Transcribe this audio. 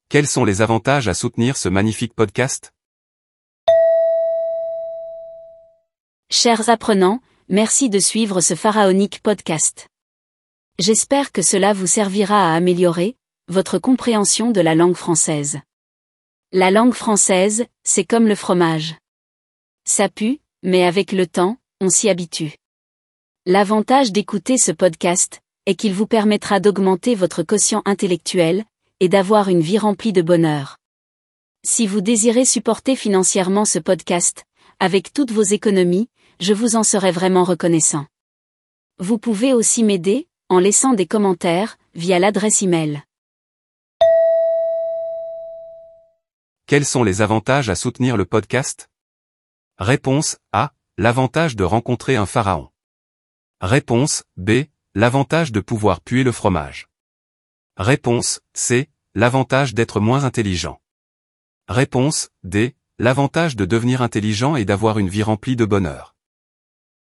Quels sont les avantages à soutenir ce magnifique podcast? Chers apprenants, merci de suivre ce pharaonique podcast. J'espère que cela vous servira à améliorer votre compréhension de la langue française. La langue française, c'est comme le fromage. Ça pue, mais avec le temps, on s'y habitue. L'avantage d'écouter ce podcast est qu'il vous permettra d'augmenter votre quotient intellectuel et d'avoir une vie remplie de bonheur. Si vous désirez supporter financièrement ce podcast, avec toutes vos économies, je vous en serai vraiment reconnaissant. Vous pouvez aussi m'aider, en laissant des commentaires, via l'adresse email. Quels sont les avantages à soutenir le podcast? Réponse A. L'avantage de rencontrer un pharaon. Réponse B. L'avantage de pouvoir puer le fromage. Réponse C. L'avantage d'être moins intelligent. Réponse D. L'avantage de devenir intelligent et d'avoir une vie remplie de bonheur.